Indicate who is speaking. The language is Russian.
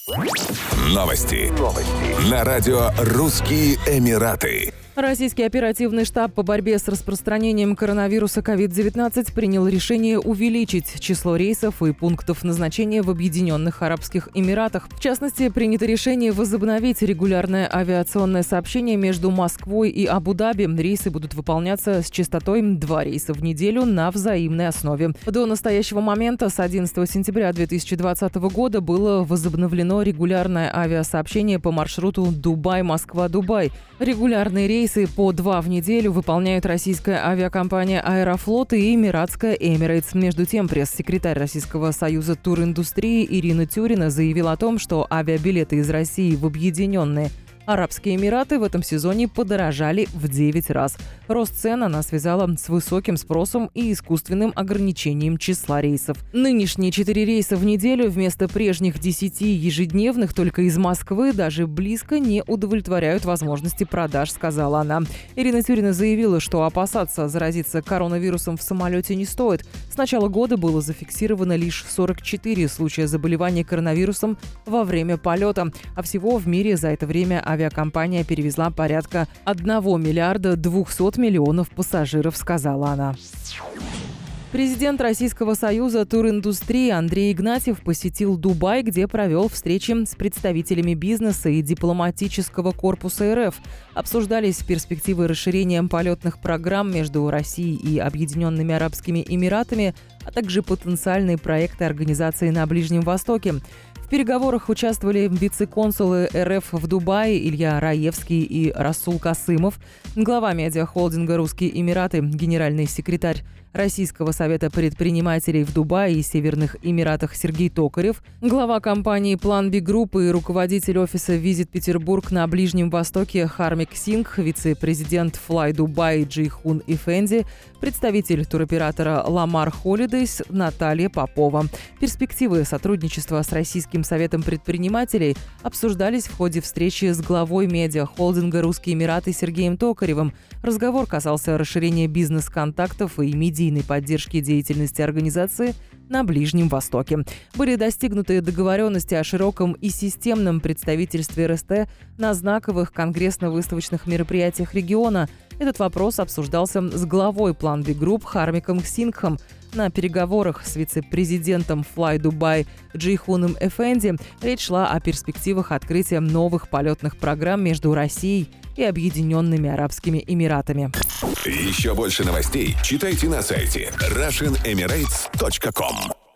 Speaker 1: Новости. На радио «Русские Эмираты».
Speaker 2: Российский оперативный штаб по борьбе с распространением коронавируса COVID-19 принял решение увеличить число рейсов и пунктов назначения в Объединенных Арабских Эмиратах. В частности, принято решение возобновить регулярное авиационное сообщение между Москвой и Абу-Даби. Рейсы будут выполняться с частотой 2 рейса в неделю на взаимной основе. До настоящего момента, с 11 сентября 2020 года, было возобновлено регулярное авиасообщение по маршруту Дубай-Москва-Дубай. Регулярные рейсы по 2 в неделю выполняют российская авиакомпания «Аэрофлот» и эмиратская «Эмирейтс». Между тем, пресс-секретарь Российского союза туриндустрии Ирина Тюрина заявила о том, что авиабилеты из России в Объединенные Арабские Эмираты в этом сезоне подорожали в 9 раз. Рост цен она связала с высоким спросом и искусственным ограничением числа рейсов. Нынешние 4 рейса в неделю вместо прежних 10 ежедневных только из Москвы даже близко не удовлетворяют возможности продаж, сказала она. Ирина Тюрина заявила, что опасаться заразиться коронавирусом в самолете не стоит. С начала года было зафиксировано лишь 44 случая заболевания коронавирусом во время полета, а всего в мире за это время авиакомпания перевезла порядка 1 миллиарда 200 миллионов пассажиров, сказала она. Президент Российского союза туриндустрии Андрей Игнатьев посетил Дубай, где провел встречи с представителями бизнеса и дипломатического корпуса РФ. Обсуждались перспективы расширения полетных программ между Россией и Объединенными Арабскими Эмиратами, а также потенциальные проекты организации на Ближнем Востоке. В переговорах участвовали вице-консулы РФ в Дубае Илья Раевский и Расул Касымов, глава медиахолдинга «Русские Эмираты», генеральный секретарь Российского совета предпринимателей в Дубае и Северных Эмиратах Сергей Токарев, глава компании «План Би Групп» и руководитель офиса «Визит Петербург» на Ближнем Востоке Хармик Сингх, вице-президент Fly Dubai Джейхун Эфенди, представитель туроператора Lamar Holidays Наталья Попова. Перспективы сотрудничества с Российским советом предпринимателей обсуждались в ходе встречи с главой медиахолдинга «Русские Эмираты» Сергеем Токаревым. Разговор касался расширения бизнес-контактов и медийной поддержки деятельности организации на Ближнем Востоке. Были достигнуты договоренности о широком и системном представительстве РСТ на знаковых конгрессно-выставочных мероприятиях региона. Этот вопрос обсуждался с главой План Би Групп Хармиком Сингхом. На переговорах с вице-президентом Fly Dubai Джейхуном Эфенди речь шла о перспективах открытия новых полетных программ между Россией и Объединенными Арабскими Эмиратами.
Speaker 1: Еще больше новостей читайте на сайте RussianEmirates.com.